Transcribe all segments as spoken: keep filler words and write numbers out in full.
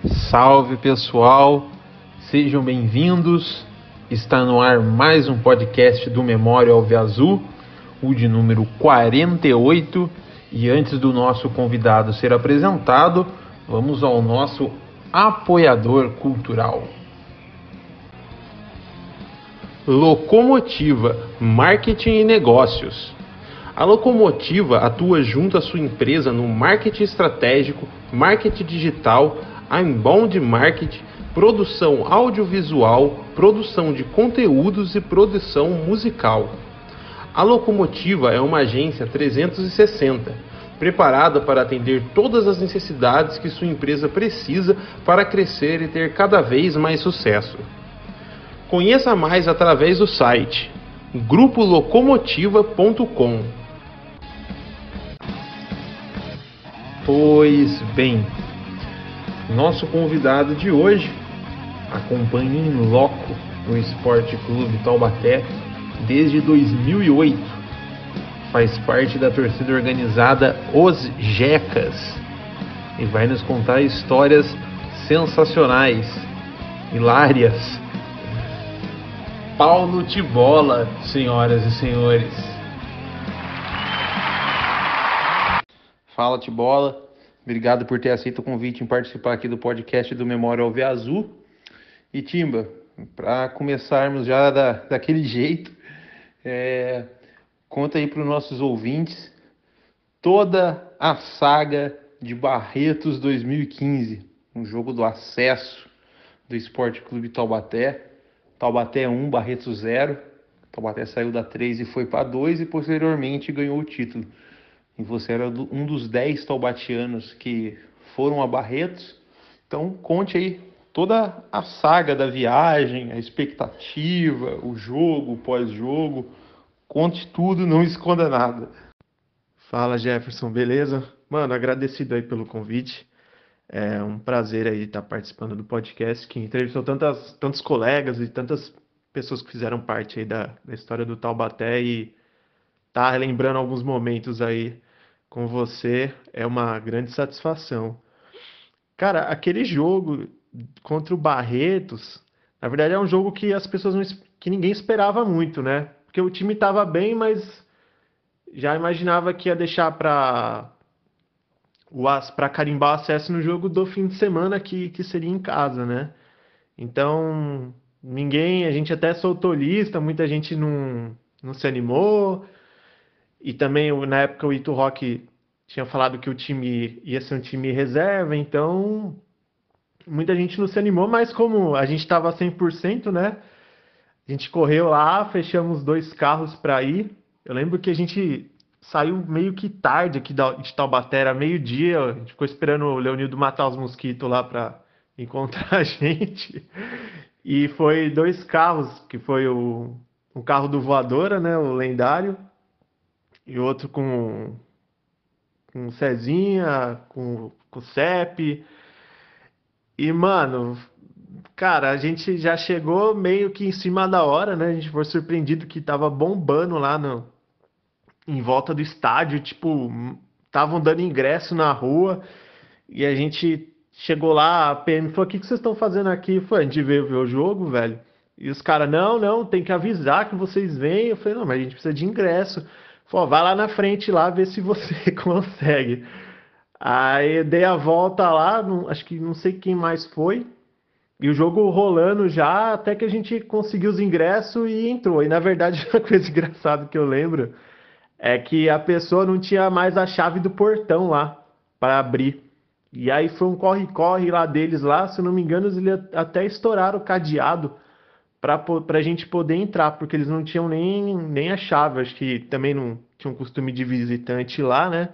Salve pessoal, sejam bem-vindos. Está no ar mais um podcast do Memória Alviazul, o de número quarenta e oito. E antes do nosso convidado ser apresentado, vamos ao nosso apoiador cultural. Locomotiva, Marketing e Negócios. A Locomotiva atua junto à sua empresa no marketing estratégico, marketing digital, inbound marketing, produção audiovisual, produção de conteúdos e produção musical. A Locomotiva é uma agência trezentos e sessenta, preparada para atender todas as necessidades que sua empresa precisa para crescer e ter cada vez mais sucesso. Conheça mais através do site grupo locomotiva ponto com. Pois bem, nosso convidado de hoje acompanha em loco o Esporte Clube Taubaté desde dois mil e oito. Faz parte da torcida organizada Os Jecas e vai nos contar histórias sensacionais, hilárias. Paulo Tibola, senhoras e senhores. Fala, Tibola. Obrigado por ter aceito o convite em participar aqui do podcast do Memória Alviazul. E Timba, para começarmos já da, daquele jeito, é, conta aí para os nossos ouvintes toda a saga de Barretos dois mil e quinze, um jogo do acesso do Esporte Clube Taubaté. Taubaté um, Barretos zero. Taubaté saiu da três e foi para dois e posteriormente ganhou o título. E você era um dos dez taubatianos que foram a Barretos. Então conte aí toda a saga da viagem, a expectativa, o jogo, o pós-jogo. Conte tudo, não esconda nada. Fala, Jefferson, beleza? Mano, agradecido aí pelo convite. É um prazer aí estar participando do podcast, que entrevistou tantas, tantos colegas e tantas pessoas que fizeram parte aí da, da história do Taubaté, e tá relembrando alguns momentos aí com você é uma grande satisfação. Cara, aquele jogo contra o Barretos, na verdade é um jogo que as pessoas não, que ninguém esperava muito, né? Porque o time tava bem, mas já imaginava que ia deixar para para carimbar o acesso no jogo do fim de semana, que, que seria em casa, né? Então, ninguém, a gente até soltou lista, muita gente não, não se animou. E também, na época, o Ito Rock tinha falado que o time ia ser um time reserva, então muita gente não se animou, mas como a gente estava cem por cento, né? A gente correu lá, fechamos dois carros para ir. Eu lembro que a gente saiu meio que tarde aqui de Taubaté, era meio-dia, a gente ficou esperando o Leonildo matar os mosquitos lá para encontrar a gente. E foi dois carros, que foi o, o carro do Voadora, né, o lendário, e outro com, com o Cezinha, com, com o Cep. E, mano, cara, a gente já chegou meio que em cima da hora, né? A gente foi surpreendido que tava bombando lá no, em volta do estádio, tipo, estavam dando ingresso na rua, e a gente chegou lá, a P M falou: o que que vocês estão fazendo aqui? Foi, a gente veio ver o jogo, velho. E os caras: não, não, tem que avisar que vocês vêm. Eu falei: não, mas a gente precisa de ingresso. Falou: vai lá na frente lá, ver se você consegue. Aí eu dei a volta lá, não- acho que não sei quem mais foi, e o jogo rolando já, até que a gente conseguiu os ingressos e entrou. E na verdade, uma coisa engraçada que eu lembro é que a pessoa não tinha mais a chave do portão lá para abrir. E aí foi um corre-corre lá deles lá, se eu não me engano, eles até estouraram o cadeado para para a gente poder entrar, porque eles não tinham nem, nem a chave. Acho que também não tinha um costume de visitante lá, né?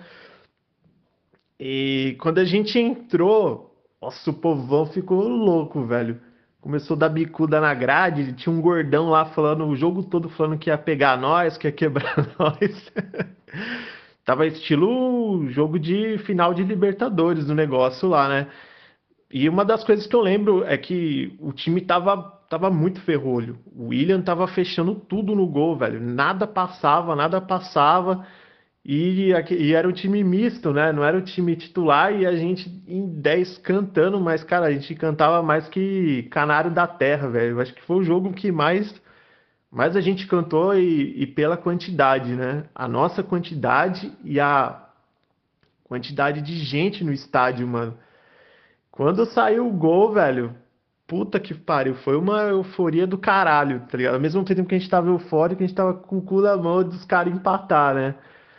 E quando a gente entrou, nossa, o povão ficou louco, velho. Começou a dar bicuda na grade, tinha um gordão lá falando o jogo todo, falando que ia pegar nós, que ia quebrar nós. Tava estilo jogo de final de Libertadores no negócio lá, né? E uma das coisas que eu lembro é que o time tava, tava muito ferrolho. O William tava fechando tudo no gol, velho. Nada passava, nada passava. E, aque- e era um time misto, né? Não era o time titular e a gente em dez cantando, mas, cara, a gente cantava mais que Canário da Terra, velho. Eu acho que foi o jogo que mais, mais a gente cantou e, e pela quantidade, né? A nossa quantidade e a quantidade de gente no estádio, mano. Quando saiu o gol, velho, puta que pariu, foi uma euforia do caralho, tá ligado? Ao mesmo tempo que a gente tava eufórico, a gente tava com o cu na mão dos caras empatar, né?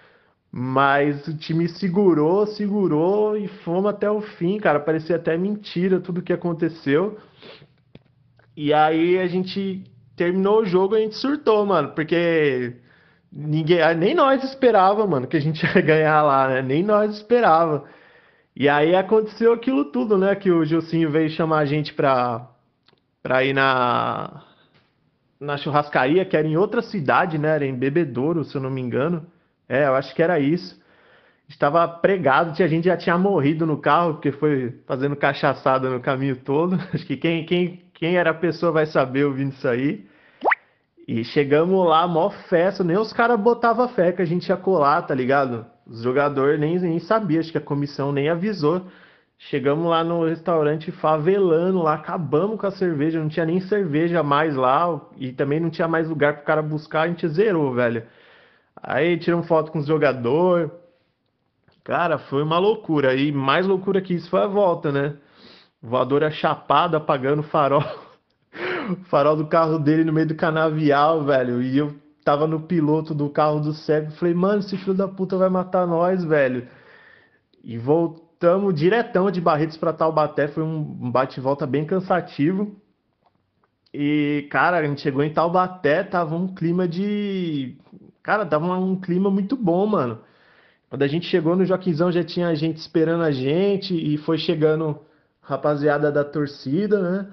Mas o time segurou, segurou e fomos até o fim, cara. Parecia até mentira tudo que aconteceu. E aí a gente terminou o jogo e a gente surtou, mano, porque ninguém, ah, nem nós esperava, mano, que a gente ia ganhar lá, né? Nem nós esperava. E aí aconteceu aquilo tudo, né? Que o Gilcinho veio chamar a gente pra, pra ir na, na churrascaria, que era em outra cidade, né? Era em Bebedouro, se eu não me engano. É, eu acho que era isso. Estava pregado, tinha gente já tinha morrido no carro, porque foi fazendo cachaçada no caminho todo. Acho que quem, quem, quem era a pessoa vai saber ouvindo isso aí. E chegamos lá, mó festa, nem os caras botavam fé que a gente ia colar, tá ligado? Os jogadores nem, nem sabiam, acho que a comissão nem avisou. Chegamos lá no restaurante favelando lá, acabamos com a cerveja, não tinha nem cerveja mais lá, e também não tinha mais lugar pro cara buscar, a gente zerou, velho. Aí tiramos foto com os jogadores. Cara, foi uma loucura. E mais loucura que isso foi a volta, né? Voadora chapada, apagando o farol. O farol do carro dele no meio do canavial, velho. E eu tava no piloto do carro do cego. Falei, mano, esse filho da puta vai matar nós, velho. E voltamos diretão de Barretos pra Taubaté. Foi um um bate e volta bem cansativo. E, cara, a gente chegou em Taubaté, tava um clima de. Cara, tava um clima muito bom, mano. Quando a gente chegou no Joaquinzão, já tinha gente esperando a gente e foi chegando rapaziada da torcida, né?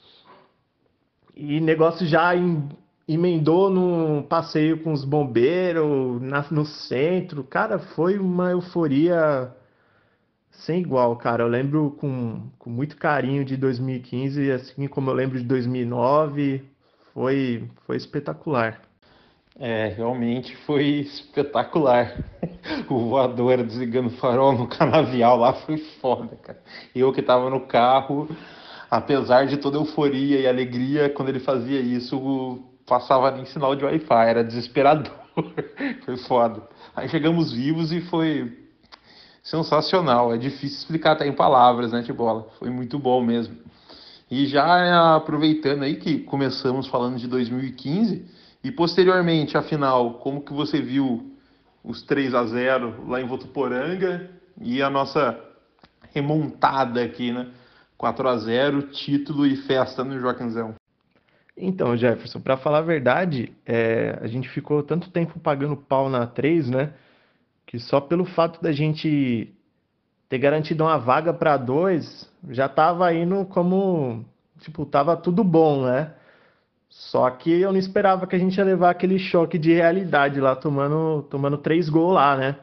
E negócio já em- emendou num passeio com os bombeiros na- no centro. Cara, foi uma euforia sem igual, cara. Eu lembro com, com muito carinho de dois mil e quinze, assim como eu lembro de dois mil e nove. Foi, foi espetacular. É, realmente foi espetacular. O voador desligando o farol no canavial lá foi foda, cara. Eu que tava no carro, apesar de toda a euforia e alegria, quando ele fazia isso, passava nem sinal de Wi-Fi, era desesperador. Foi foda. Aí chegamos vivos e foi sensacional. É difícil explicar até em palavras, né, Tibola? Foi muito bom mesmo. E já aproveitando aí que começamos falando de dois mil e quinze e posteriormente, afinal, como que você viu os três a zero lá em Votuporanga e a nossa remontada aqui, né? quatro a zero, título e festa no Joaquinzão. Então, Jefferson, pra falar a verdade, é, a gente ficou tanto tempo pagando pau na três, né? Que só pelo fato da gente ter garantido uma vaga para dois, já tava indo como, tipo, tava tudo bom, né? Só que eu não esperava que a gente ia levar aquele choque de realidade lá, tomando, tomando três gols lá, né?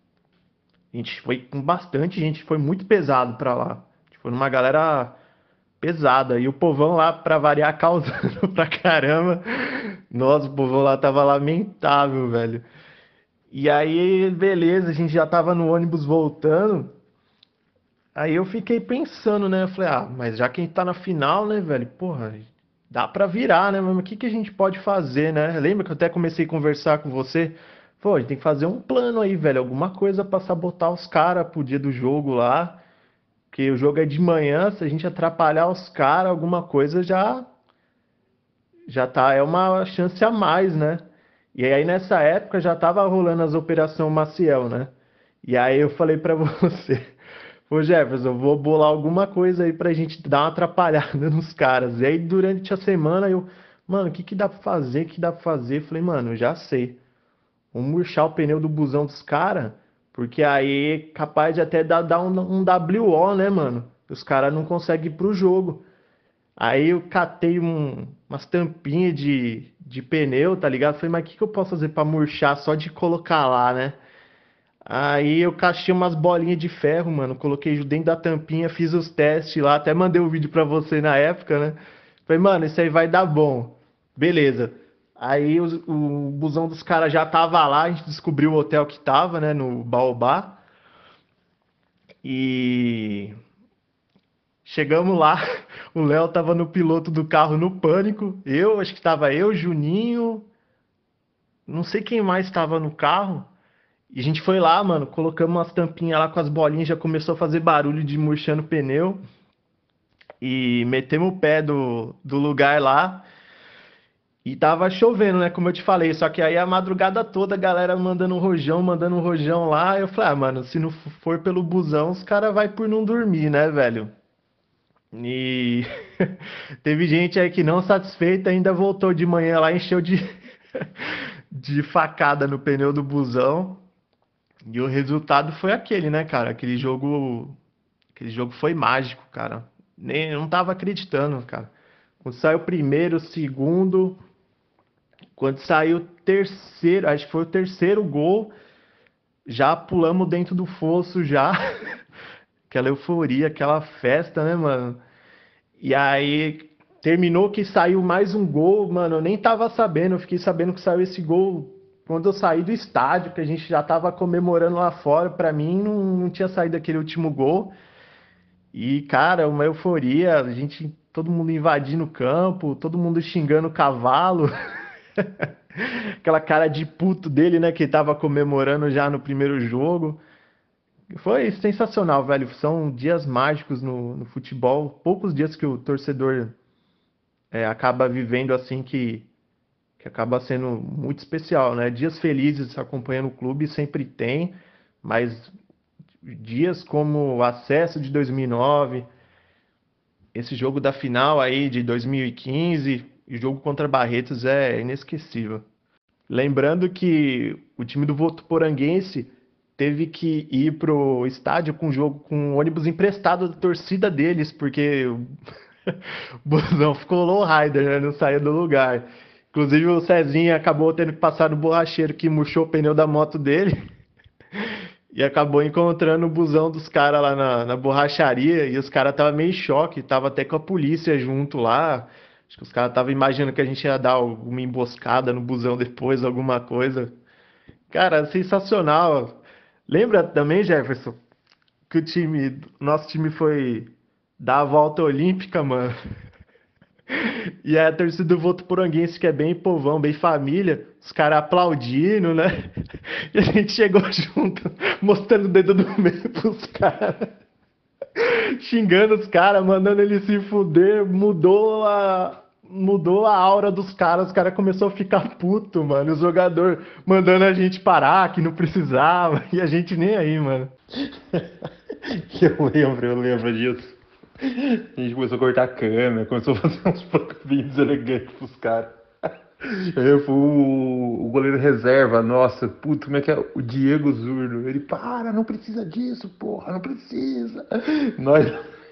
A gente foi com bastante gente, foi muito pesado pra lá. A gente foi numa galera pesada. E o povão lá, pra variar, causando pra caramba. Nossa, o povão lá tava lamentável, velho. E aí, beleza, a gente já tava no ônibus voltando. Aí eu fiquei pensando, né? Eu falei, ah, mas já que a gente tá na final, né, velho? Porra, dá pra virar, né? Mas o que que a gente pode fazer, né? Lembra que eu até comecei a conversar com você? Pô, a gente tem que fazer um plano aí, velho. Alguma coisa pra sabotar os caras pro dia do jogo lá. Porque o jogo é de manhã, se a gente atrapalhar os caras, alguma coisa já já tá, é uma chance a mais, né? E aí nessa época já tava rolando as Operação Maciel, né? E aí eu falei pra você, ô Jefferson, eu vou bolar alguma coisa aí pra gente dar uma atrapalhada nos caras. E aí durante a semana eu, mano, o que que dá pra fazer? O que dá pra fazer? Falei, mano, eu já sei. Vamos murchar o pneu do busão dos caras, porque aí é capaz de até dar, dar um, um W O, né, mano? Os caras não conseguem ir pro jogo. Aí eu catei um- umas tampinhas de, de pneu, tá ligado? Falei, mas o que que eu posso fazer pra murchar só de colocar lá, né? Aí eu cachei umas bolinhas de ferro, mano. Coloquei dentro da tampinha, fiz os testes lá, até mandei o vídeo pra você na época, né? Falei, mano, isso aí vai dar bom. Beleza. Aí o, o busão dos caras já tava lá, a gente descobriu o hotel que tava, né, no Baobá. E chegamos lá, o Léo tava no piloto do carro no pânico. Eu, acho que tava eu, Juninho, não sei quem mais tava no carro. E a gente foi lá, mano, colocamos umas tampinhas lá com as bolinhas, já começou a fazer barulho de murchando pneu. E metemos o pé do, do lugar lá. E tava chovendo, né? Como eu te falei. Só que aí a madrugada toda a galera mandando um rojão, mandando um rojão lá. Eu falei, ah, mano, se não for pelo busão, os caras vai por não dormir, né, velho? E teve gente aí que não satisfeita ainda voltou de manhã lá, encheu de, de facada no pneu do busão. E o resultado foi aquele, né, cara? Aquele jogo, aquele jogo foi mágico, cara. Nem, eu não tava acreditando, cara. Quando saiu o primeiro, o segundo, quando saiu o terceiro, acho que foi o terceiro gol, já pulamos dentro do fosso já. Aquela euforia, aquela festa, né, mano? E aí terminou que saiu mais um gol, mano. Eu nem tava sabendo, eu fiquei sabendo que saiu esse gol quando eu saí do estádio, que a gente já tava comemorando lá fora. Pra mim não, não tinha saído aquele último gol. E, cara, uma euforia, a gente, todo mundo invadindo o campo, todo mundo xingando o cavalo. Aquela cara de puto dele, né, que tava comemorando já no primeiro jogo. Foi sensacional, velho. São dias mágicos no, no futebol. Poucos dias que o torcedor é, acaba vivendo assim que, que acaba sendo muito especial, né? Dias felizes acompanhando o clube sempre tem, mas dias como o acesso de dois mil e nove, esse jogo da final aí de dois mil e quinze, e o jogo contra Barretos é inesquecível. Lembrando que o time do Votuporanguense teve que ir pro estádio com o jogo com um ônibus emprestado da torcida deles, porque o busão ficou lowrider, né? Não saía do lugar. Inclusive o Cezinha acabou tendo que passar no borracheiro que murchou o pneu da moto dele e acabou encontrando o busão dos caras lá na, na borracharia e os caras estavam meio em choque, tava até com a polícia junto lá. Acho que os caras estavam imaginando que a gente ia dar alguma emboscada no busão depois, alguma coisa. Cara, sensacional. Lembra também, Jefferson, que o time, nosso time foi dar a volta olímpica, mano. E a torcida do Votuporanguense, que é bem povão, bem família, os caras aplaudindo, né? E a gente chegou junto, mostrando o dedo do meio pros caras, xingando os caras, mandando eles se fuder, mudou a, mudou a aura dos caras, os caras começaram a ficar puto, mano. O jogador mandando a gente parar, que não precisava, e a gente nem aí, mano. Eu lembro, eu lembro disso. A gente começou a cortar a câmera, começou a fazer uns vídeos elegantes pros caras. Eu fui o, o goleiro reserva, nossa, puto, como é que é? O Diego Zurdo. Ele, para, não precisa disso, porra, não precisa. Nós...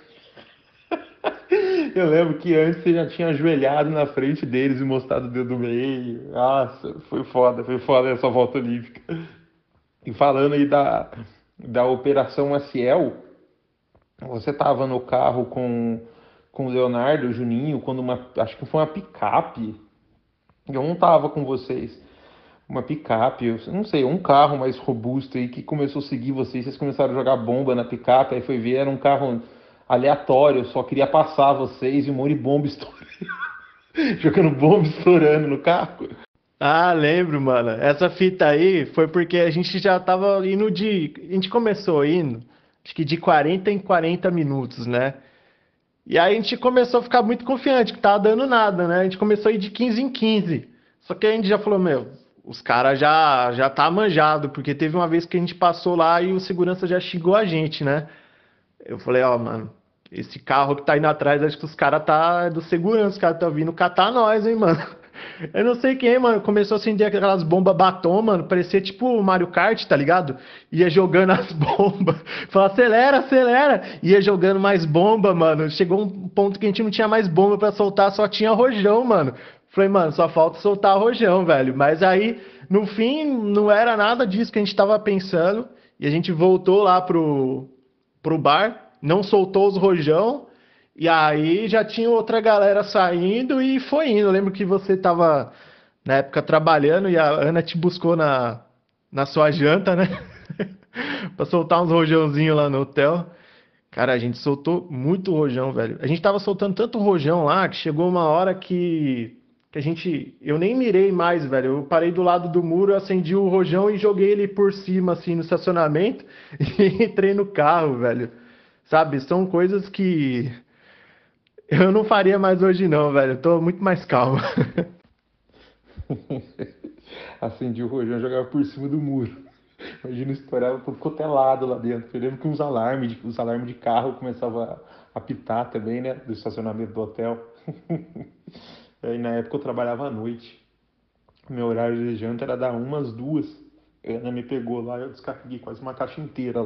Eu lembro que antes você já tinha ajoelhado na frente deles e mostrado o dedo do meio. Nossa, foi foda, foi foda essa volta olímpica. E falando aí da, da Operação Maciel, você tava no carro com, com o Leonardo, o Juninho, quando uma, acho que foi uma picape. Eu não tava com vocês. Uma picape, eu não sei, um carro mais robusto aí que começou a seguir vocês. Vocês começaram a jogar bomba na picape, aí foi ver, era um carro aleatório, só queria passar vocês e um monte de bomba estourando. Jogando bomba estourando no carro. Ah, lembro, mano. Essa fita aí foi porque a gente já tava indo de. A gente começou indo, acho que de quarenta em quarenta minutos, né? E aí a gente começou a ficar muito confiante, que tava dando nada, né? A gente começou a ir de quinze em quinze. Só que a gente já falou, meu, os caras já, já tá manjado, porque teve uma vez que a gente passou lá e o segurança já xingou a gente, né? Eu falei, ó, mano, esse carro que tá indo atrás, acho que os caras tá é do segurança, os caras tá vindo catar nós, hein, mano. Eu não sei quem, mano, começou a acender aquelas bombas batom, mano, parecia tipo o Mario Kart, tá ligado? Ia jogando as bombas, falava, acelera, acelera, ia jogando mais bomba, mano. Chegou um ponto que a gente não tinha mais bomba pra soltar, só tinha rojão, mano. Falei, mano, só falta soltar rojão, velho. Mas aí, no fim, não era nada disso que a gente tava pensando, e a gente voltou lá pro, pro bar, não soltou os rojão. E aí já tinha outra galera saindo e foi indo. Eu lembro que você tava, na época trabalhando e a Ana te buscou na, na sua janta, né? Pra soltar uns rojãozinhos lá no hotel. Cara, a gente soltou muito rojão, velho. A gente tava soltando tanto rojão lá que chegou uma hora que, que a gente. Eu nem mirei mais, velho. Eu parei do lado do muro, acendi o rojão e joguei ele por cima, assim, no estacionamento e entrei no carro, velho. Sabe? São coisas que eu não faria mais hoje, não, velho. Eu tô muito mais calmo. Acendia o rojão e jogava por cima do muro. Imagina, estourava tudo quanto é lado lá dentro. Eu lembro que uns alarmes, de- os alarmes de carro começavam a apitar também, né? Do estacionamento do hotel. Aí na época eu trabalhava à noite. Meu horário de janta era dar umas duas. A Ana me pegou lá e eu descarreguei quase uma caixa inteira lá.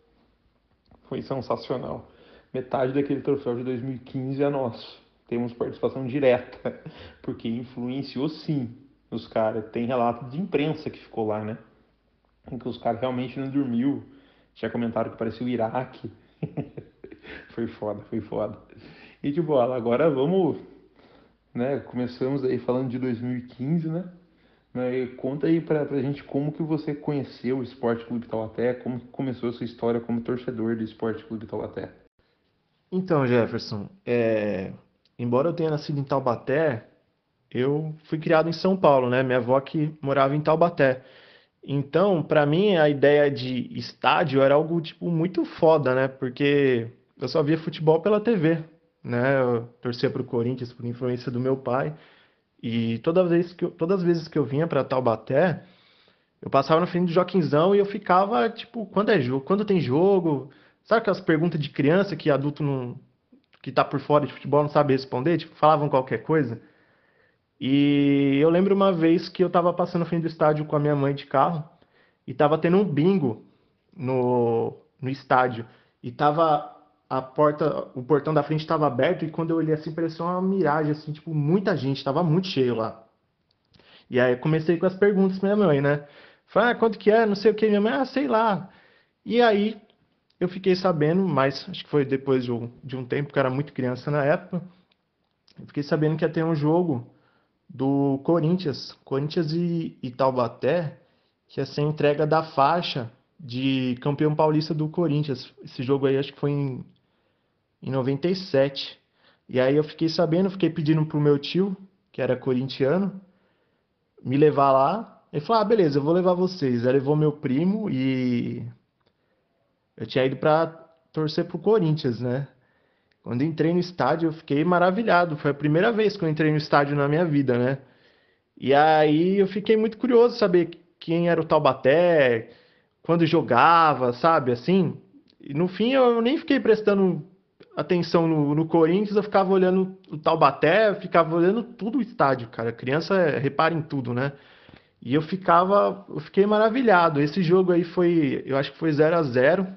Foi sensacional. Metade daquele troféu de dois mil e quinze é nosso. Temos participação direta, porque influenciou sim os caras. Tem relato de imprensa que ficou lá, né? Em que os caras realmente não dormiu. Tinha comentário que parecia o Iraque. Foi foda, foi foda. E de bola, agora vamos, né? Começamos aí falando de dois mil e quinze, né? Mas conta aí pra, pra gente como que você conheceu o Esporte Clube Taubaté, como que começou a sua história como torcedor do Esporte Clube Taubaté. Então, Jefferson, é, embora eu tenha nascido em Taubaté, eu fui criado em São Paulo, né? Minha avó que morava em Taubaté. Então, pra mim, a ideia de estádio era algo, tipo, muito foda, né? Porque eu só via futebol pela T V, né? Eu torcia pro Corinthians por influência do meu pai. E toda vez que eu- todas as vezes que eu vinha pra Taubaté, eu passava no frente do Joquinzão e eu ficava, tipo, quando é jogo, quando tem jogo? Sabe aquelas perguntas de criança que adulto não, que tá por fora de futebol não sabe responder? Tipo, falavam qualquer coisa. E eu lembro uma vez que eu tava passando na frente do estádio com a minha mãe de carro e tava tendo um bingo no, no estádio. E tava a porta, o portão da frente estava aberto e quando eu olhei assim parecia uma miragem, assim, tipo, muita gente, tava muito cheio lá. E aí eu comecei com as perguntas pra minha mãe, né? Falei, ah, quanto que é? Não sei o que. Minha mãe, ah, sei lá. E aí eu fiquei sabendo, mas acho que foi depois de um, de um tempo, porque eu era muito criança na época. Eu fiquei sabendo que ia ter um jogo do Corinthians, Corinthians e, e Taubaté, que ia ser entrega da faixa de campeão paulista do Corinthians. Esse jogo aí acho que foi em, em noventa e sete. E aí eu fiquei sabendo, fiquei pedindo pro meu tio, que era corintiano, me levar lá. Ele falou: ah, beleza, eu vou levar vocês. Aí levou meu primo e eu tinha ido pra torcer pro Corinthians, né? Quando entrei no estádio, eu fiquei maravilhado. Foi a primeira vez que eu entrei no estádio na minha vida, né? E aí eu fiquei muito curioso saber quem era o Taubaté, quando jogava, sabe, assim. E no fim eu nem fiquei prestando atenção no, no Corinthians, eu ficava olhando o Taubaté, eu ficava olhando tudo o estádio, cara. Criança é, repara em tudo, né? E eu ficava, eu fiquei maravilhado. Esse jogo aí foi, eu acho que foi zero a zero.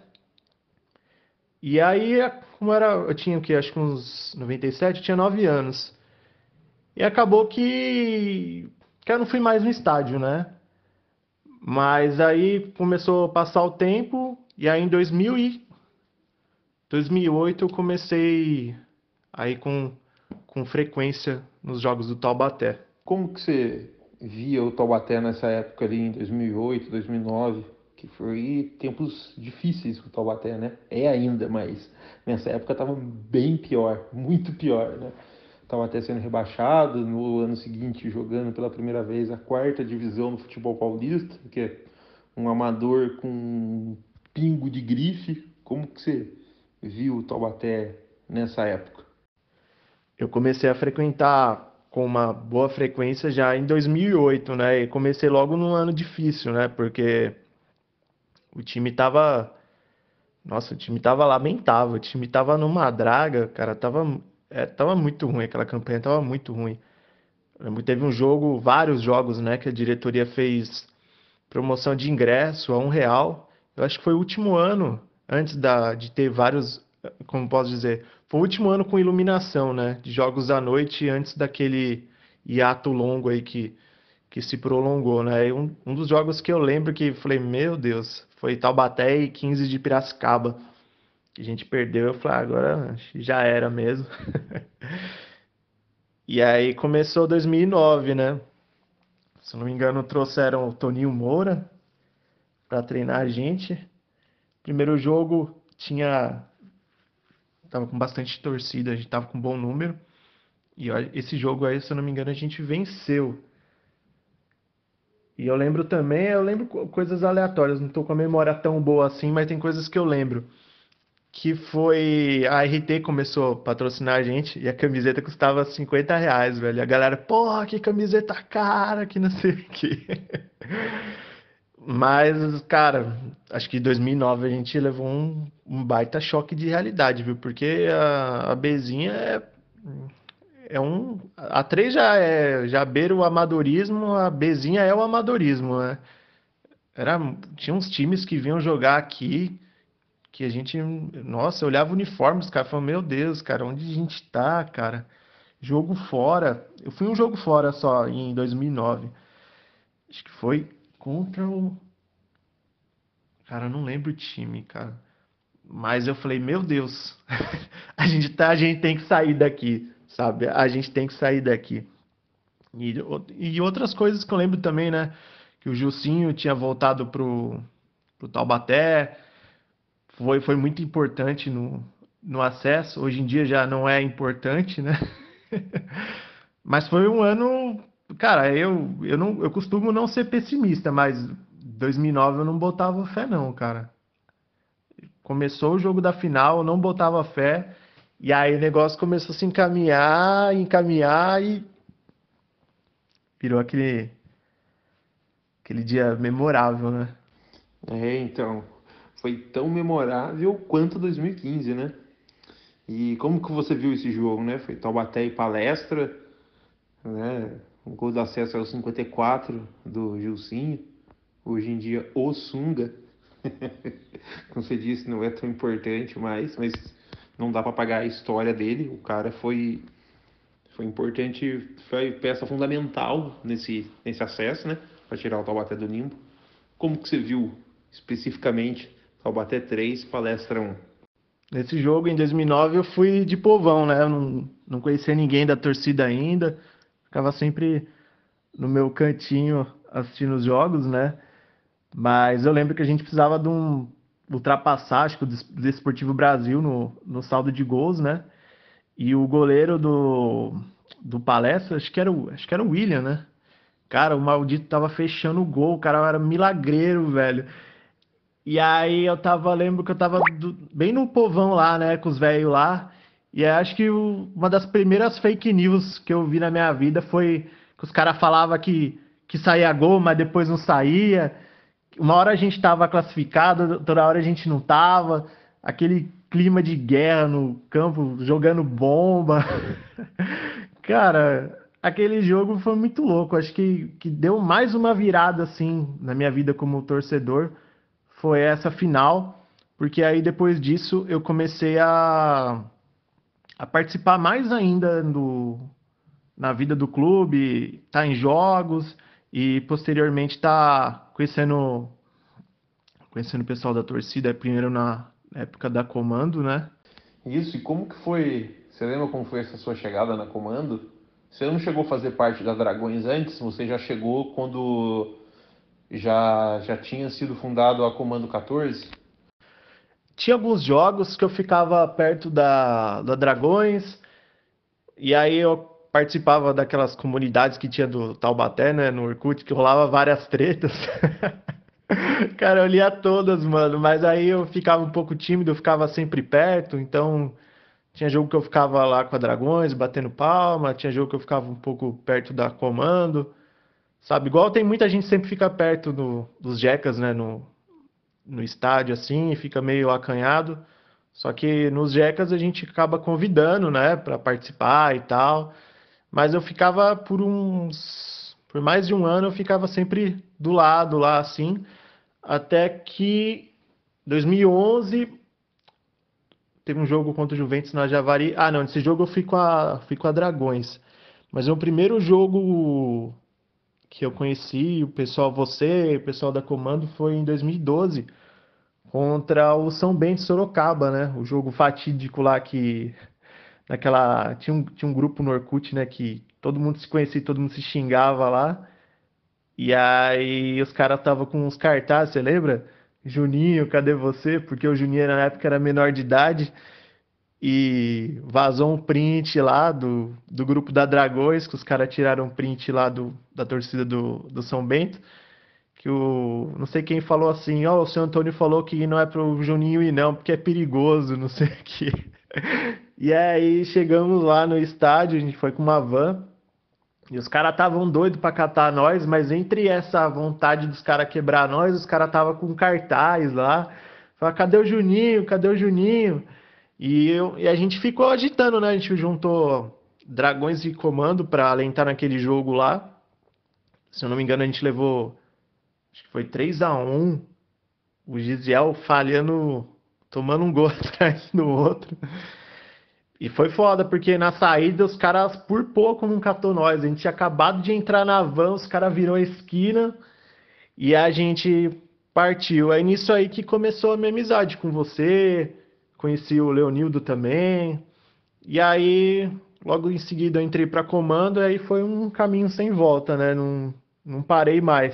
E aí, como era, eu tinha o quê? Acho que uns noventa e sete, eu tinha nove anos. E acabou que, que eu não fui mais no estádio, né? Mas aí começou a passar o tempo, e aí em dois mil e, dois mil e oito eu comecei aí com, com frequência nos jogos do Taubaté. Como que você via o Taubaté nessa época ali, em dois mil e oito, dois mil e nove, que foi tempos difíceis pro Taubaté, né? É ainda, mas nessa época tava bem pior, muito pior, né? Taubaté sendo rebaixado, no ano seguinte jogando pela primeira vez a quarta divisão do futebol paulista, que é um amador com um pingo de grife. Como que você viu o Taubaté nessa época? Eu comecei a frequentar com uma boa frequência já em dois mil e oito, né? E comecei logo num ano difícil, né? Porque o time tava, nossa, o time tava lamentável, o time tava numa draga, cara, tava, é, tava muito ruim, aquela campanha tava muito ruim. Eu lembro que teve um jogo, vários jogos, né, que a diretoria fez promoção de ingresso a um real. Eu acho que foi o último ano, antes da, de ter vários, como posso dizer, foi o último ano com iluminação, né? De jogos à noite antes daquele hiato longo aí que, que se prolongou, né? E um, um dos jogos que eu lembro que falei, meu Deus, foi Taubaté e quinze de Piracicaba, que a gente perdeu. Eu falei, ah, agora acho que já era mesmo. E aí começou dois mil e nove, né? Se eu não me engano, trouxeram o Toninho Moura para treinar a gente. Primeiro jogo tinha tava com bastante torcida, a gente tava com um bom número. E ó, esse jogo aí, se eu não me engano, a gente venceu. E eu lembro também, eu lembro co- coisas aleatórias, não tô com a memória tão boa assim, mas tem coisas que eu lembro. Que foi a R T começou a patrocinar a gente e a camiseta custava cinquenta reais, velho. E a galera, porra, que camiseta cara, que não sei o quê. Mas, cara, acho que em dois mil e nove a gente levou um, um baita choque de realidade, viu? Porque a, a Bezinha é, é um. A três já é, já beira o amadorismo, a Bezinha é o amadorismo, né? Era, tinha uns times que vinham jogar aqui que a gente, nossa, eu olhava o uniforme, os caras falavam, meu Deus, cara, onde a gente tá, cara? Jogo fora. Eu fui um jogo fora só em dois mil e nove. Acho que foi contra o. Cara, eu não lembro o time, cara. Mas eu falei, meu Deus, a gente tá, a gente tem que sair daqui, sabe? A gente tem que sair daqui. E, e outras coisas que eu lembro também, né? Que o Gilcinho tinha voltado pro, pro Taubaté. Foi, foi muito importante no, no acesso. Hoje em dia já não é importante, né? Mas foi um ano, cara, eu, eu não, eu costumo não ser pessimista, mas dois mil e nove eu não botava fé não, cara. Começou o jogo da final, eu não botava fé, e aí o negócio começou a se encaminhar, encaminhar e virou aquele, aquele dia memorável, né? É, então, foi tão memorável quanto dois mil e quinze, né? E como que você viu esse jogo, né? Foi Taubaté e Palestra, né? O gol do acesso é o cinquenta e quatro do Gilcinho, hoje em dia o Sunga. Como você disse, não é tão importante mais, mas não dá para apagar a história dele. O cara foi foi importante, foi peça fundamental nesse nesse acesso, né? Para tirar o Taubaté do limbo. Como que você viu especificamente Taubaté três, Palestra um? Nesse jogo, em dois mil e nove, eu fui de povão, né? Eu não, não conhecia ninguém da torcida ainda, ficava sempre no meu cantinho assistindo os jogos, né? Mas eu lembro que a gente precisava de um ultrapassar, acho que o Des- Desportivo Brasil no, no saldo de gols, né? E o goleiro do, do Palestra, acho que era o, acho que era o William, né? Cara, o maldito tava fechando o gol, o cara era milagreiro, velho. E aí eu tava, lembro que eu tava do- bem no povão lá, né, com os velhos lá. E aí acho que o- uma das primeiras fake news que eu vi na minha vida foi que os caras falavam que, que saía gol, mas depois não saía. Uma hora a gente tava classificado, outra hora a gente não tava. Aquele clima de guerra no campo, jogando bomba. Cara, aquele jogo foi muito louco. Acho que, que deu mais uma virada assim na minha vida como torcedor. Foi essa final, porque aí depois disso eu comecei a, a participar mais ainda do, na vida do clube, tá em jogos e posteriormente tá conhecendo conhecendo o pessoal da torcida, primeiro na época da Comando, né? Isso, e como que foi? Você lembra como foi essa sua chegada na Comando? Você não chegou a fazer parte da Dragões antes? Você já chegou quando já já tinha sido fundado a Comando quatorze? Tinha alguns jogos que eu ficava perto da, da Dragões, e aí eu participava daquelas comunidades que tinha do Taubaté, né, no Orkut, que rolava várias tretas. Cara, eu lia todas, mano, mas aí eu ficava um pouco tímido, eu ficava sempre perto, então tinha jogo que eu ficava lá com a Dragões, batendo palma, tinha jogo que eu ficava um pouco perto da Comando, sabe? Igual tem muita gente que sempre fica perto do- dos Jeckas, né, no, no estádio assim, e fica meio acanhado. Só que nos Jeckas a gente acaba convidando, né, pra participar e tal. Mas eu ficava por uns, por mais de um ano eu ficava sempre do lado lá assim, até que dois mil e onze teve um jogo contra o Juventus na Javari. Ah, não, nesse jogo eu fui com a, fui com a Dragões. Mas o primeiro jogo que eu conheci, o pessoal, você, o pessoal da Comando, foi em dois mil e doze, contra o São Bento de Sorocaba, né? O jogo fatídico lá que naquela tinha um, tinha um grupo no Orkut, né, que todo mundo se conhecia, todo mundo se xingava lá. E aí os caras estavam com uns cartazes, você lembra? Juninho, cadê você? Porque o Juninho na época era menor de idade e vazou um print lá do, do grupo da Dragões, que os caras tiraram um print lá do, da torcida do, do São Bento, que o não sei quem falou assim, ó, o seu Antônio falou que não é pro Juninho ir não, porque é perigoso, não sei o quê. E aí chegamos lá no estádio, a gente foi com uma van. E os caras estavam doidos pra catar nós, mas entre essa vontade dos caras quebrar nós, os caras estavam com cartaz lá. Falaram, cadê o Juninho? Cadê o Juninho? E, eu, e a gente ficou agitando, né? A gente juntou Dragões e Comando pra alentar naquele jogo lá. Se eu não me engano, a gente levou, acho que foi três a um. O Gisiel falhando, tomando um gol atrás do outro. E foi foda, porque na saída os caras por pouco não catou nós. A gente tinha acabado de entrar na van, os caras virou a esquina e a gente partiu. Aí nisso aí que começou a minha amizade com você, conheci o Leonildo também. E aí, logo em seguida eu entrei pra comando, e aí foi um caminho sem volta, né? Não, não parei mais.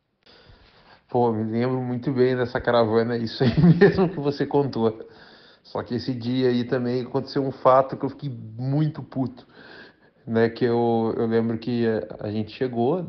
Pô, me lembro muito bem dessa caravana, isso aí mesmo que você contou. Só que esse dia aí também aconteceu um fato que eu fiquei muito puto, né? Que eu, eu lembro que a a gente chegou,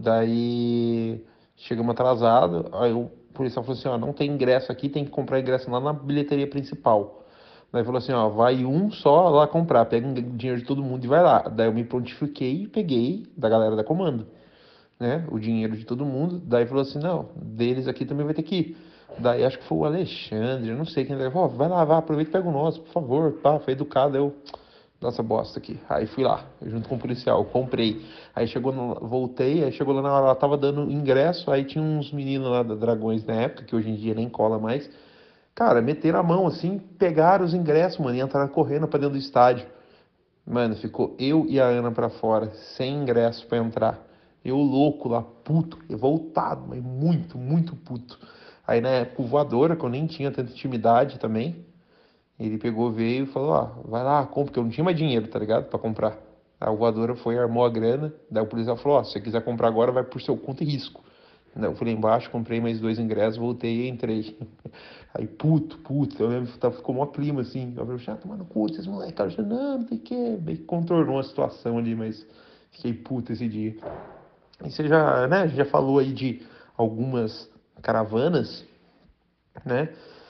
daí chegamos atrasado, aí o policial falou assim, ó, não tem ingresso aqui, tem que comprar ingresso lá na bilheteria principal. Daí falou assim, ó, vai um só lá comprar, pega um dinheiro de todo mundo e vai lá. Daí eu me prontifiquei e peguei da galera da comando, né, o dinheiro de todo mundo. Daí falou assim, não, deles aqui também vai ter que ir. Daí acho que foi o Alexandre, eu não sei quem. Daí falou, ó, vai lá, vai, aproveita e pega o nosso, por favor, pá, foi educado. Eu, nossa bosta aqui. Aí fui lá, junto com o policial, comprei. Aí chegou, no, voltei, aí chegou lá na hora, ela tava dando ingresso, aí tinha uns meninos lá da Dragões na época, que hoje em dia nem cola mais. Cara, meteram a mão assim, pegaram os ingressos, mano, e entraram correndo pra dentro do estádio. Mano, ficou eu e a Ana pra fora, sem ingresso pra entrar. Eu louco lá, puto, revoltado, mas muito, muito puto. Aí na época o Voadora, que eu nem tinha tanta intimidade também, ele pegou, veio e falou, ó, vai lá, compra, porque eu não tinha mais dinheiro, tá ligado? Pra comprar. Aí o Voadora foi, armou a grana, daí o policial falou, ó, se você quiser comprar agora, vai por seu conta e risco. Daí eu fui lá embaixo, comprei mais dois ingressos, voltei e entrei. Aí, puto, puto, eu lembro que tava- ficou mó clima, assim. Eu falei, ah, tomar no cu, esses moleques, cara, eu, não, não tem que, meio que contornou a situação ali, mas fiquei puto esse dia. E você já, né, já falou aí de algumas caravanas, né?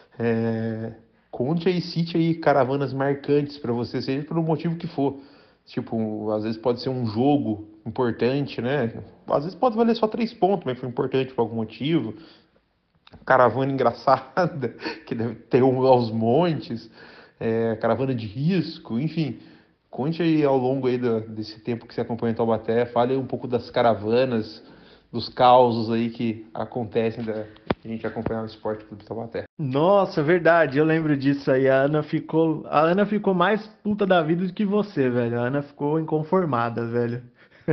É, conte aí, cite aí caravanas marcantes pra você, seja pelo motivo que for. Tipo, às vezes pode ser um jogo importante, né? Às vezes pode valer só três pontos, mas foi importante por algum motivo. Caravana engraçada, que deve ter um aos montes, é, caravana de risco, enfim. Conte aí ao longo aí do- desse tempo que você acompanha Taubaté, fale aí um pouco das caravanas, dos causos aí que acontecem da que a gente acompanhar o Esporte Clube Taubaté. Nossa, verdade, eu lembro disso aí. A Ana ficou, a Ana ficou mais puta da vida do que você, velho. A Ana ficou inconformada, velho.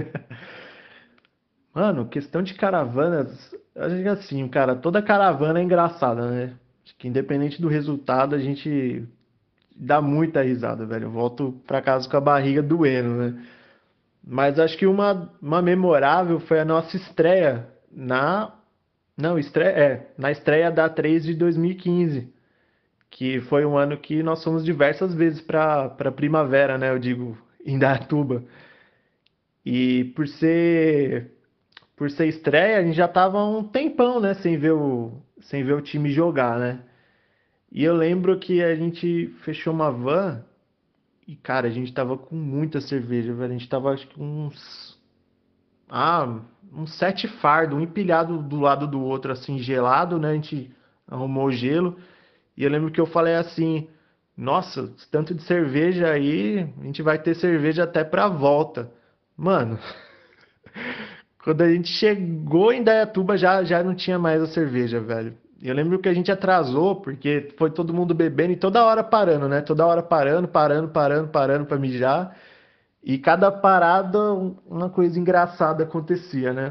Mano, questão de caravanas, acho que assim, cara, toda caravana é engraçada, né? Acho que independente do resultado, a gente dá muita risada, velho. Eu volto pra casa com a barriga doendo, né? Mas acho que uma, uma memorável foi a nossa estreia na. Não, estreia, é, na estreia da três de dois mil e quinze, que foi um ano que nós fomos diversas vezes para para Primavera, né? Eu digo, em Indaiatuba. E por ser por ser estreia, a gente já tava um tempão, né, sem ver o sem ver o time jogar, né? E eu lembro que a gente fechou uma van e, cara, a gente tava com muita cerveja, velho. A gente tava, acho que uns ah, uns sete fardos, um empilhado do lado do outro, assim, gelado, né? A gente arrumou o gelo. E eu lembro que eu falei assim: nossa, esse tanto de cerveja aí, a gente vai ter cerveja até pra volta. Mano, quando a gente chegou em Dayatuba já, já não tinha mais a cerveja, velho. Eu lembro que a gente atrasou porque foi todo mundo bebendo e toda hora parando, né? Toda hora parando, parando, parando, parando pra mijar. E cada parada um- uma coisa engraçada acontecia, né?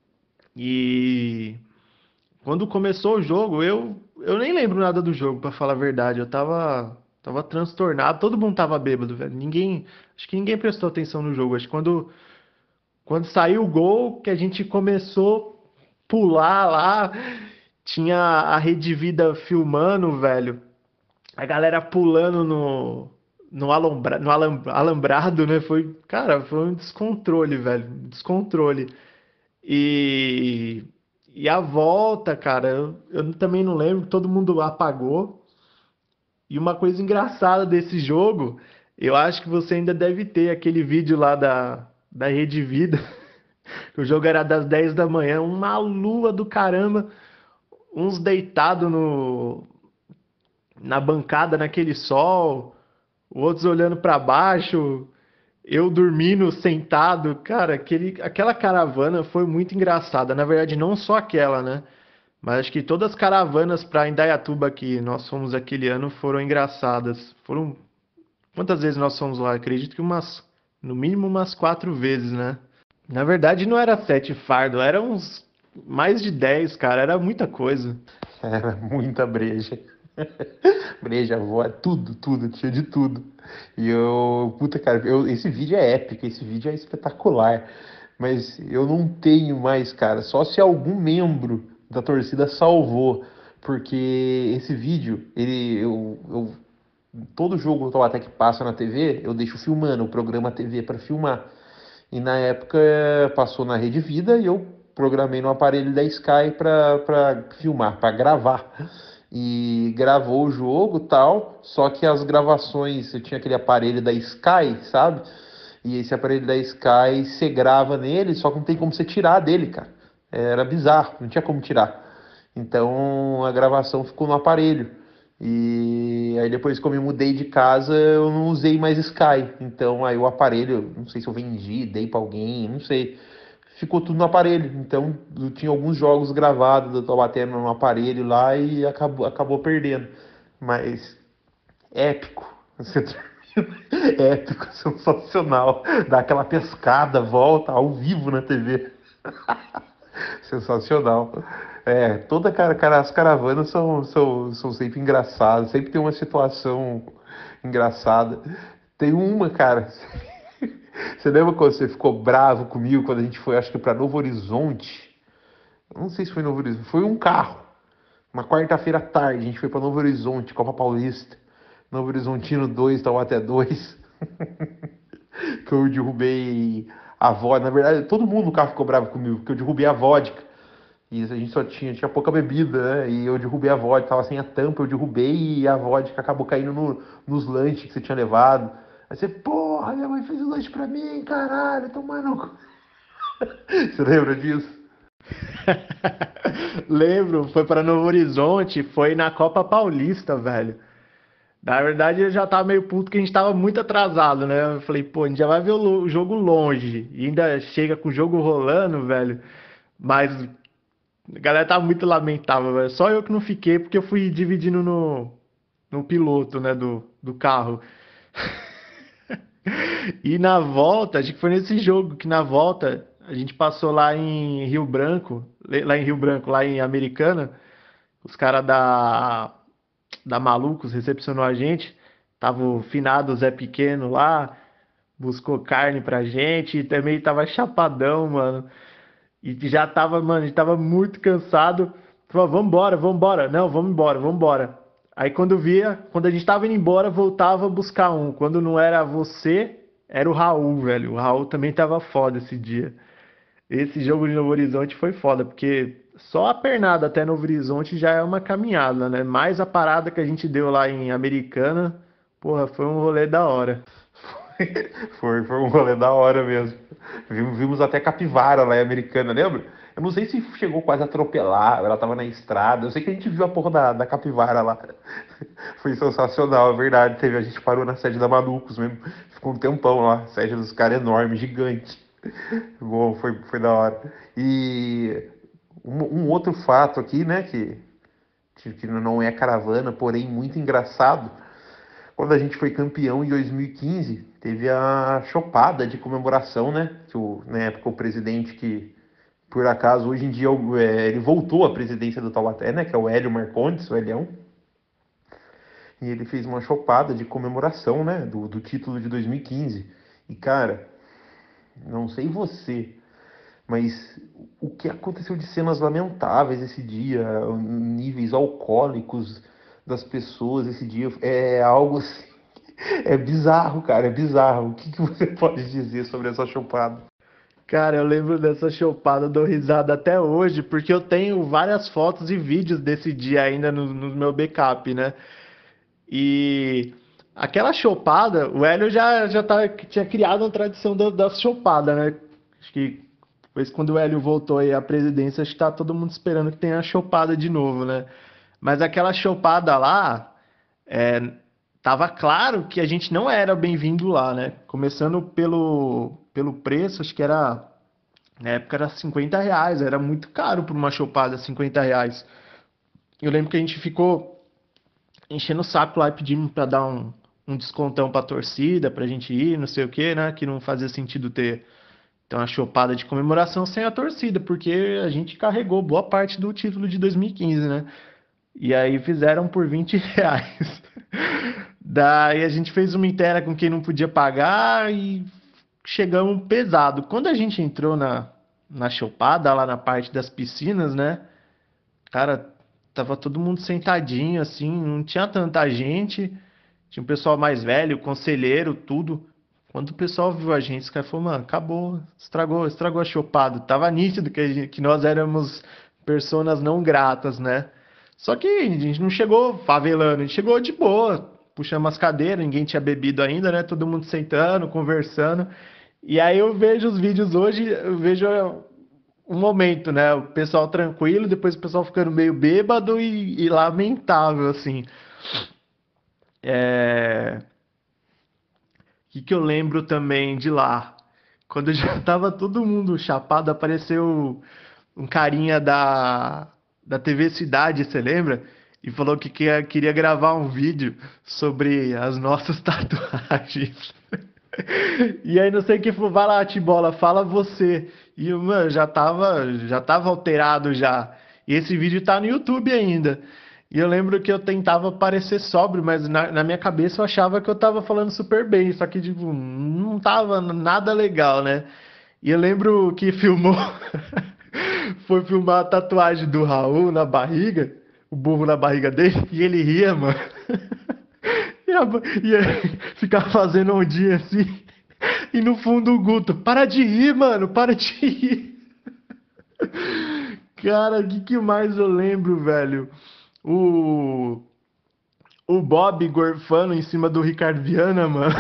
E quando começou o jogo, eu, eu nem lembro nada do jogo, pra falar a verdade. Eu tava, tava transtornado, todo mundo tava bêbado, velho. Ninguém, acho que ninguém prestou atenção no jogo. Acho que quando, quando saiu o gol, que a gente começou. pular lá. Tinha a Rede Vida filmando, velho. A galera pulando no, no, alombra, no alam- alambrado, né? Foi, cara, foi um descontrole, velho. Descontrole. E, e a volta, cara, eu, eu também não lembro, todo mundo apagou. E uma coisa engraçada desse jogo, eu acho que você ainda deve ter aquele vídeo lá da, da Rede Vida. O jogo era das dez da manhã, uma lua do caramba, uns deitados no, na bancada naquele sol, outros olhando para baixo, eu dormindo sentado. Cara, aquele, aquela caravana foi muito engraçada. Na verdade, não só aquela, né? Mas acho que todas as caravanas para Indaiatuba que nós fomos aquele ano foram engraçadas. Foram. Quantas vezes nós fomos lá? Acredito que umas. No mínimo umas quatro vezes, né? Na verdade, não era sete fardo, eram uns mais de dez, cara. Era muita coisa. Era muita breja. Breja, avó, tudo, tudo, tinha de tudo. E eu, puta cara, eu, esse vídeo é épico, esse vídeo é espetacular. Mas eu não tenho mais, cara, só se algum membro da torcida salvou. Porque esse vídeo, ele, eu, eu todo jogo do Taubaté que passa na T V, eu deixo filmando, o programa T V para filmar. E na época passou na Rede Vida e eu programei no aparelho da Sky para filmar, para gravar. E gravou o jogo tal, só que as gravações, eu tinha aquele aparelho da Sky, sabe? E esse aparelho da Sky, você grava nele, só que não tem como você tirar dele, cara. Era bizarro, não tinha como tirar. Então a gravação ficou no aparelho. E aí depois que eu me mudei de casa, eu não usei mais Sky. Então aí o aparelho, não sei se eu vendi, dei pra alguém, não sei. Ficou tudo no aparelho. Então eu tinha alguns jogos gravados, eu tô batendo no aparelho lá e acabou, acabou perdendo. Mas épico. Você termina. Épico, sensacional. Dá aquela pescada, volta ao vivo na T V. Sensacional. É, toda cara, cara, as caravanas são, são, são sempre engraçadas, sempre tem uma situação engraçada. Tem uma, cara. Você lembra quando você ficou bravo comigo quando a gente foi, acho que para Novo Horizonte? Eu não sei se foi Novo Horizonte, foi um carro. Uma quarta-feira à tarde, a gente foi para Novo Horizonte, Copa Paulista. Novo Horizontino dois, Taubaté dois. Que eu derrubei a vodka. Na verdade, todo mundo no carro ficou bravo comigo, porque eu derrubei a vodka. E a gente só tinha, tinha pouca bebida, né? E eu derrubei a vodka, tava sem a tampa, eu derrubei e a vodka acabou caindo no, nos lanches que você tinha levado. Aí você, porra, minha mãe fez o lanche pra mim, caralho, tomando. Você lembra disso? Lembro, foi para Novo Horizonte, foi na Copa Paulista, velho. Na verdade, eu já tava meio puto que a gente tava muito atrasado, né? Eu falei, pô, a gente já vai ver o, lo- o jogo longe. E ainda chega com o jogo rolando, velho. Mas a galera tá muito lamentável, velho. Só eu que não fiquei porque eu fui dividindo no, no piloto, né, do, do carro. E na volta, acho que foi nesse jogo que na volta a gente passou lá em Rio Branco, lá em Rio Branco, lá em Americana, os caras da, da Malucos recepcionou a gente, tava o finado Zé Pequeno lá, buscou carne pra gente e também tava chapadão, mano. E já tava, mano, a gente tava muito cansado. Falou, vambora, vambora. Não, vamos embora, vambora. Aí quando via, quando a gente tava indo embora, voltava a buscar um. Quando não era você, era o Raul, velho. O Raul também tava foda esse dia. Esse jogo de Novo Horizonte foi foda, porque só a pernada até Novo Horizonte já é uma caminhada, né? Mais a parada que a gente deu lá em Americana, porra, foi um rolê da hora. Foi, foi um rolê da hora mesmo. Vimos, vimos até capivara lá em Americana, lembra? Eu não sei se chegou quase a atropelar, ela tava na estrada. Eu sei que a gente viu a porra da, da capivara lá. Foi sensacional, é verdade. Teve, a gente parou na sede da Malucos mesmo. Ficou um tempão lá. Sede dos caras enorme, gigante. Bom, foi, foi da hora. E um, um outro fato aqui, né, que, que, que não é caravana, porém muito engraçado. Quando a gente foi campeão em dois mil e quinze, teve a chopada de comemoração, né? Que o, na época o presidente que, por acaso, hoje em dia é, ele voltou à presidência do Taubaté, né? Que é o Hélio Marcondes, o Elião. E ele fez uma chopada de comemoração, né? Do, do título de dois mil e quinze. E, cara, não sei você, Mas o que aconteceu de cenas lamentáveis esse dia, níveis alcoólicos das pessoas esse dia, é algo assim, é bizarro, cara, é bizarro. O que que você pode dizer sobre essa chopada? Cara, eu lembro dessa chopada, dou risada até hoje, porque eu tenho várias fotos e vídeos desse dia ainda no, no meu backup, né? E aquela chopada, o Hélio já, já tá, tinha criado uma tradição da, da chopada, né? Acho que depois quando o Hélio voltou aí à presidência, acho que tá todo mundo esperando que tenha a chopada de novo, né? Mas aquela chopada lá, é, tava claro que a gente não era bem-vindo lá, né? Começando pelo, pelo preço, acho que era, na época era cinquenta reais, era muito caro por uma chopada, cinquenta reais. Eu lembro que a gente ficou enchendo o saco lá e pedindo pra dar um, um descontão pra torcida, pra gente ir, não sei o que, né? Que não fazia sentido ter, ter uma chopada de comemoração sem a torcida, porque a gente carregou boa parte do título de dois mil e quinze, né? E aí fizeram por vinte reais. Daí a gente fez uma inteira com quem não podia pagar e chegamos pesado. Quando a gente entrou na, na chopada, lá na parte das piscinas, né? Cara, tava todo mundo sentadinho, assim, não tinha tanta gente. Tinha um pessoal mais velho, conselheiro, tudo. Quando o pessoal viu a gente, os caras falaram, mano, acabou, estragou, estragou a chopada. Tava nítido que, a gente- que nós éramos personas não gratas, né? Só que a gente não chegou favelando, a gente chegou de boa, puxamos as cadeiras, ninguém tinha bebido ainda, né? Todo mundo sentando, conversando. E aí eu vejo os vídeos hoje, eu vejo um momento, né? O pessoal tranquilo, depois o pessoal ficando meio bêbado e, e lamentável, assim. É... O que que eu lembro também de lá? Quando já tava todo mundo chapado, apareceu um carinha da, da T V Cidade, você lembra? E falou que queria, queria gravar um vídeo sobre as nossas tatuagens. E aí não sei o que falou, vai lá, Tibola, fala você. E, mano, já tava, já tava alterado já. E esse vídeo tá no YouTube ainda. E eu lembro que eu tentava parecer sóbrio, mas na, na minha cabeça eu achava que eu tava falando super bem, só que, tipo, não tava nada legal, né? E eu lembro que filmou, foi filmar a tatuagem do Raul na barriga, o burro na barriga dele, e ele ria, mano. E, a, e aí, ficava fazendo um dia assim, e no fundo o Guto, para de rir, mano, para de rir. Cara, o que, que mais eu lembro, velho? O, o Bob gorfando em cima do Ricardo Viana, mano.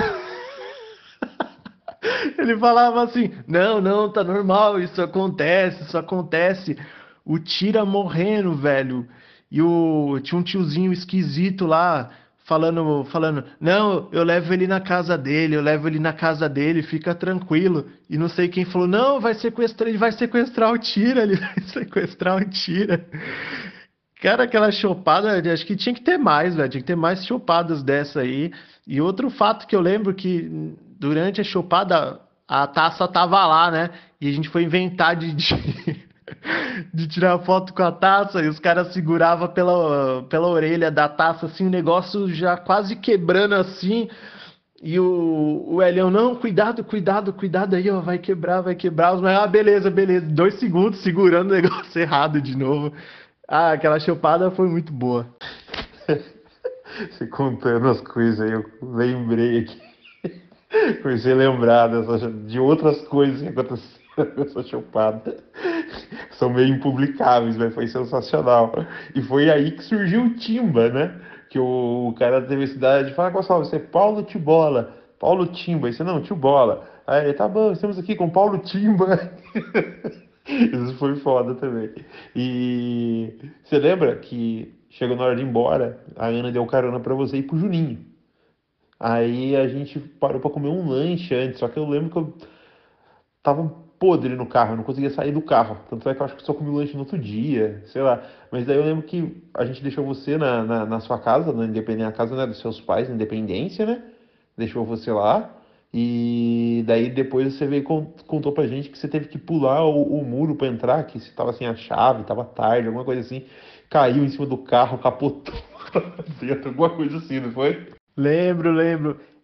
Ele falava assim: não, não, tá normal, isso acontece, isso acontece. O Tira morrendo, velho. E o tinha um tiozinho esquisito lá falando, falando: não, eu levo ele na casa dele, eu levo ele na casa dele, fica tranquilo. E não sei quem falou: não, vai sequestrar, ele vai sequestrar o Tira, ele vai sequestrar o Tira. Cara, aquela chopada, acho que tinha que ter mais, velho. Tinha que ter mais chopadas dessa aí. E outro fato que eu lembro que durante a chopada a taça tava lá, né? E a gente foi inventar de, de, de tirar foto com a taça e os caras seguravam pela, pela orelha da taça, assim, o negócio já quase quebrando assim. E o, o Elião, não, cuidado, cuidado, cuidado aí, ó, vai quebrar, vai quebrar. Mas, ah, beleza, beleza. Dois segundos segurando o negócio errado de novo. Ah, aquela chopada foi muito boa. Você contando as coisas aí, eu lembrei aqui. Comecei a lembrar dessa, de outras coisas que aconteceram com essa chopada. São meio impublicáveis, mas foi sensacional. E foi aí que surgiu o Timba, né? Que o, o cara teve a cidade de falar, Gonçalo, você é Paulo Tibola, Paulo Timba. E você, não, Tibola. Aí ele, tá bom, estamos aqui com Paulo Timba. Isso foi foda também. E você lembra que chegou na hora de ir embora, a Ana deu carona pra você ir pro Juninho. Aí a gente parou pra comer um lanche antes, só que eu lembro que eu tava podre no carro, eu não conseguia sair do carro. Tanto é que eu acho que só comi o lanche no outro dia, sei lá. Mas daí eu lembro que a gente deixou você na, na, na sua casa, na Independência, na casa, né, dos seus pais, na Independência, né? Deixou você lá. E daí depois você veio e con- contou pra gente que você teve que pular o, o muro pra entrar, que você tava sem a chave, tava tarde, alguma coisa assim. Caiu em cima do carro, capotou lá dentro, alguma coisa assim, não foi? Lembro, lembro.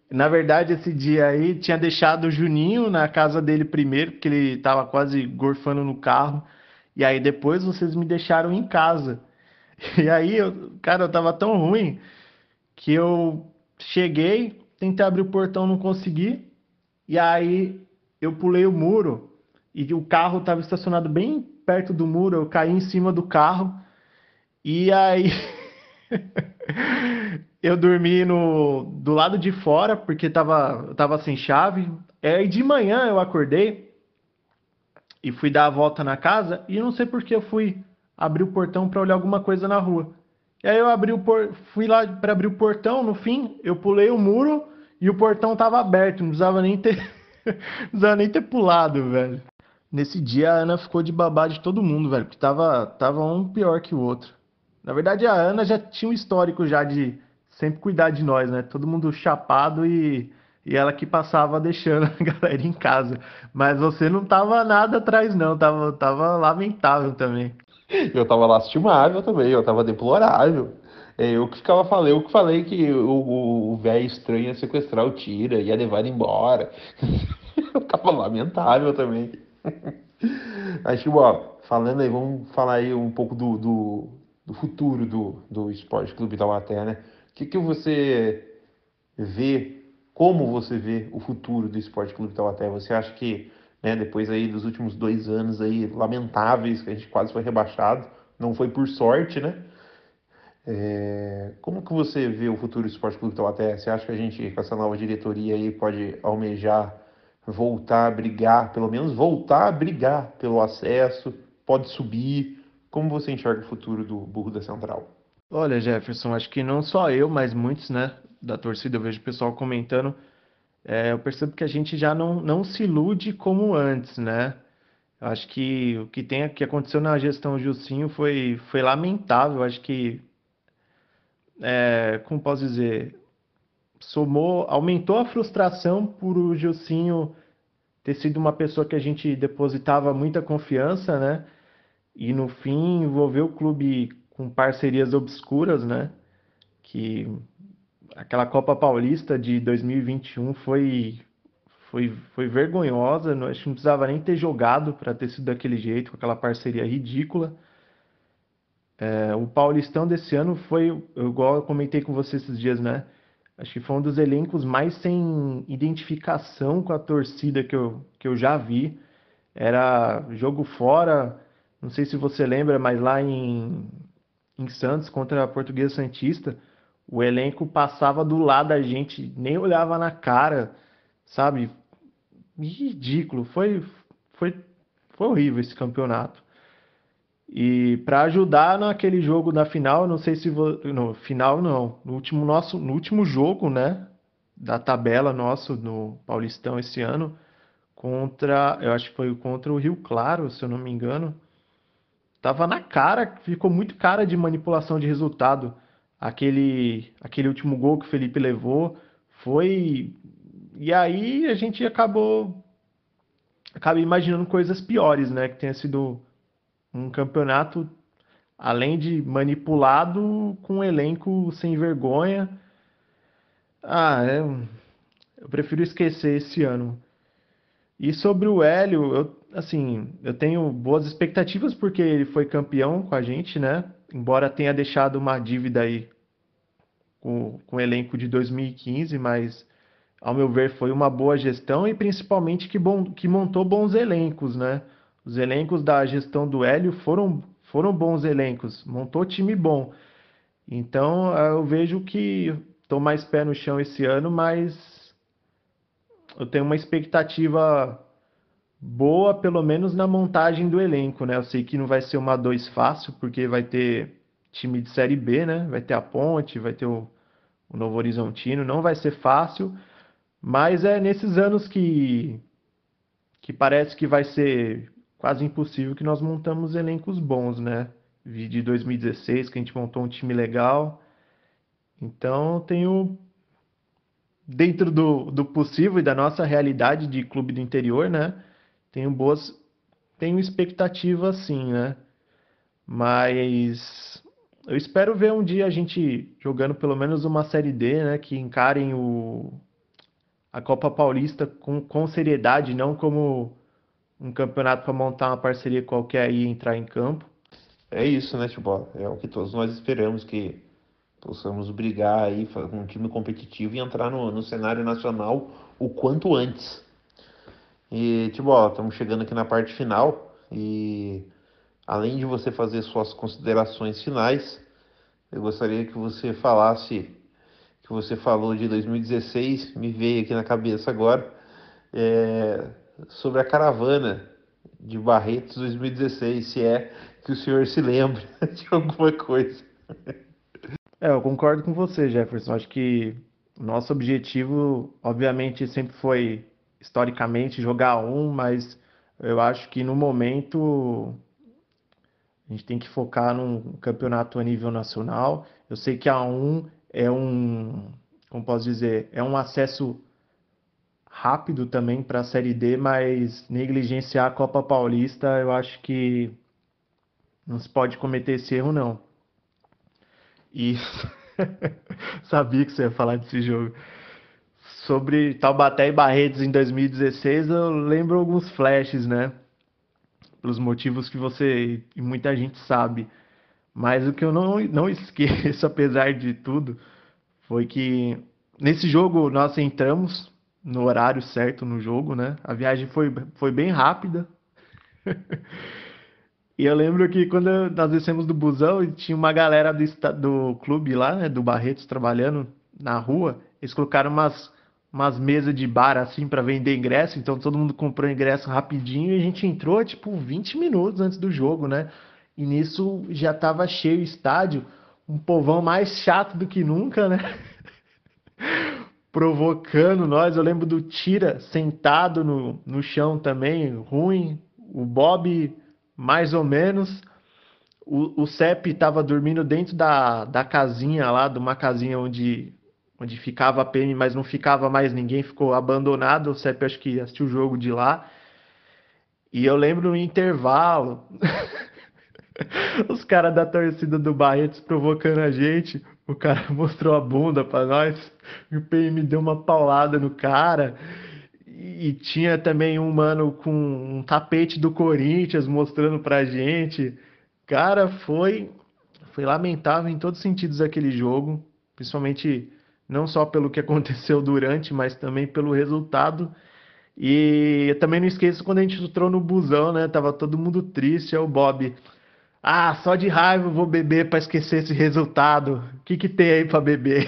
Na verdade, esse dia aí tinha deixado o Juninho na casa dele primeiro, porque ele tava quase gorfando no carro. E aí depois vocês me deixaram em casa. E aí, eu, cara, eu tava tão ruim que eu cheguei, tentei abrir o portão, não consegui. E aí eu pulei o muro e o carro estava estacionado bem perto do muro. Eu caí em cima do carro e aí eu dormi no, do lado de fora porque tava, eu tava sem chave. Aí de manhã eu acordei e fui dar a volta na casa e eu não sei por que eu fui abrir o portão para olhar alguma coisa na rua. E aí eu abri o por... fui lá para abrir o portão, no fim, eu pulei o muro e o portão tava aberto, não precisava nem ter não precisava nem ter pulado, velho. Nesse dia a Ana ficou de babá de todo mundo, velho, porque tava tava um pior que o outro. Na verdade, a Ana já tinha um histórico já de sempre cuidar de nós, né? Todo mundo chapado e e ela que passava deixando a galera em casa. Mas você não tava nada atrás, não. Tava, tava lamentável também. Eu tava lastimável também, eu tava deplorável. É, eu que ficava falando, eu que falei que o o velho estranho ia sequestrar o Tira, ia levar ele embora. Eu tava lamentável também. Acho que, ó, falando aí, vamos falar aí um pouco do, do, do futuro do, do Esporte Clube Taubaté, né? O que que você vê, como você vê o futuro do Esporte Clube Taubaté? Você acha que, né, depois aí dos últimos dois anos aí lamentáveis, que a gente quase foi rebaixado, não foi por sorte, né? É, como que você vê o futuro do Esporte Clube Taubaté? Você acha que a gente, com essa nova diretoria aí, pode almejar voltar a brigar, pelo menos voltar a brigar pelo acesso, pode subir? Como você enxerga o futuro do Burro da Central? Olha, Jefferson, acho que não só eu, mas muitos, né, da torcida, eu vejo o pessoal comentando. É, eu percebo que a gente já não, não se ilude como antes, né? Eu acho que o que tem, que aconteceu na gestão Gilcinho foi, foi lamentável. Eu acho que, é, como posso dizer, somou, aumentou a frustração por o Gilcinho ter sido uma pessoa que a gente depositava muita confiança, né? E no fim envolveu o clube com parcerias obscuras, né? Que aquela Copa Paulista de dois mil e vinte e um foi foi, foi vergonhosa. Não, acho que não precisava nem ter jogado para ter sido daquele jeito, com aquela parceria ridícula. É, o Paulistão desse ano foi, igual eu comentei com você esses dias, né? Acho que foi um dos elencos mais sem identificação com a torcida que eu, que eu já vi. Era jogo fora, não sei se você lembra, mas lá em, em Santos, contra a Portuguesa Santista, o elenco passava do lado da gente, nem olhava na cara, sabe? Ridículo. Foi, foi, foi horrível esse campeonato. E para ajudar naquele jogo na final, não sei se vo... no final não, no último nosso, no último jogo, né, da tabela nosso no Paulistão esse ano, contra, eu acho que foi contra o Rio Claro, se eu não me engano. Tava na cara, ficou muito cara de manipulação de resultado. Aquele, aquele último gol que o Felipe levou foi. E aí a gente acabou, acaba imaginando coisas piores, né? Que tenha sido um campeonato, além de manipulado, com um elenco sem vergonha. Ah, é, eu prefiro esquecer esse ano. E sobre o Hélio, eu, assim, eu tenho boas expectativas porque ele foi campeão com a gente, né? Embora tenha deixado uma dívida aí com, com o elenco de dois mil e quinze, mas ao meu ver foi uma boa gestão e principalmente que, bom, que montou bons elencos, né? Os elencos da gestão do Hélio foram, foram bons elencos, montou time bom. Então eu vejo que estou mais pé no chão esse ano, mas eu tenho uma expectativa boa, pelo menos na montagem do elenco, né? Eu sei que não vai ser uma dois fácil, porque vai ter time de Série B, né? Vai ter a Ponte, vai ter o, o Novo Horizontino, não vai ser fácil, mas é nesses anos que, que parece que vai ser quase impossível que nós montamos elencos bons, né? Vi de dois mil e dezesseis que a gente montou um time legal, então eu tenho, dentro do, do possível e da nossa realidade de clube do interior, né? Tenho boas, tenho expectativa sim, né? Mas eu espero ver um dia a gente jogando pelo menos uma Série D, né? Que encarem o, a Copa Paulista com, com seriedade, não como um campeonato para montar uma parceria qualquer e entrar em campo. É isso, né, Tibó? É o que todos nós esperamos, que possamos brigar aí com um time competitivo e entrar no, no cenário nacional o quanto antes. E, Tibó, estamos chegando aqui na parte final e além de você fazer suas considerações finais, eu gostaria que você falasse, que você falou de dois mil e dezesseis, me veio aqui na cabeça agora, é, sobre a caravana de Barretos dois mil e dezesseis, se é que o senhor se lembra de alguma coisa. É, eu concordo com você, Jefferson. Acho que o nosso objetivo, obviamente, sempre foi, historicamente, jogar um, mas eu acho que no momento a gente tem que focar num campeonato a nível nacional. Eu sei que a um é um, como posso dizer, é um acesso rápido também para a Série D, mas negligenciar a Copa Paulista, eu acho que não se pode cometer esse erro, não. E sabia que você ia falar desse jogo. Sobre Taubaté e Barretos em dois mil e dezesseis, eu lembro alguns flashes, né? Pelos motivos que você e muita gente sabe. Mas o que eu não, não esqueço, apesar de tudo, foi que nesse jogo nós entramos no horário certo no jogo, né? A viagem foi, foi bem rápida. E eu lembro que quando nós descemos do busão e tinha uma galera do, esta- do clube lá, né, do Barretos, trabalhando na rua, eles colocaram umas, umas mesas de bar assim para vender ingresso, então todo mundo comprou ingresso rapidinho e a gente entrou tipo vinte minutos antes do jogo, né? E nisso já tava cheio o estádio, um povão mais chato do que nunca, né? Provocando nós. Eu lembro do Tira sentado no, no chão também, ruim. O Bob, mais ou menos. O, o Cep estava dormindo dentro da, da casinha lá, de uma casinha onde, onde ficava a P M, mas não ficava mais ninguém, ficou abandonado. O Cep acho que assistiu o jogo de lá. E eu lembro no intervalo, os caras da torcida do Barretos provocando a gente. O cara mostrou a bunda pra nós. E o P M deu uma paulada no cara. E tinha também um mano com um tapete do Corinthians mostrando pra gente. Cara, foi, foi lamentável em todos os sentidos aquele jogo. Principalmente não só pelo que aconteceu durante, mas também pelo resultado. E eu também não esqueço quando a gente entrou no busão, né? Tava todo mundo triste. É o Bob. Ah, só de raiva eu vou beber para esquecer esse resultado. O que que tem aí para beber?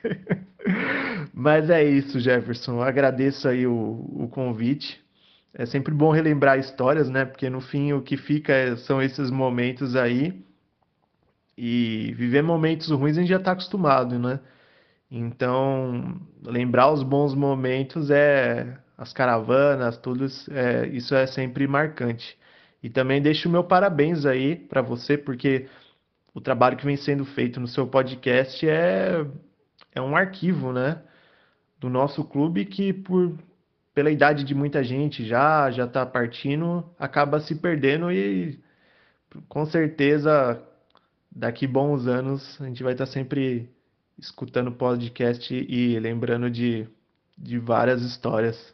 Mas é isso, Jefferson. Eu agradeço aí o, o convite. É sempre bom relembrar histórias, né? Porque no fim o que fica é- são esses momentos aí. E viver momentos ruins a gente já está acostumado, né? Então, lembrar os bons momentos é as caravanas, tudo isso é, isso é sempre marcante. E também deixo o meu parabéns aí para você, porque o trabalho que vem sendo feito no seu podcast é, é um arquivo, né, do nosso clube que por pela idade de muita gente já já está partindo, acaba se perdendo e com certeza daqui bons anos a gente vai estar sempre escutando podcast e lembrando de, de várias histórias.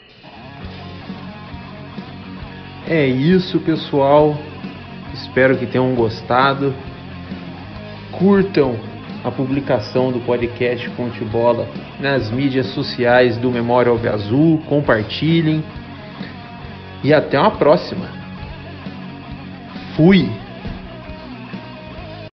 É isso, pessoal. Espero que tenham gostado. Curtam a publicação do podcast Fonte Bola nas mídias sociais do Memória Alviazul. Compartilhem. E até uma próxima. Fui!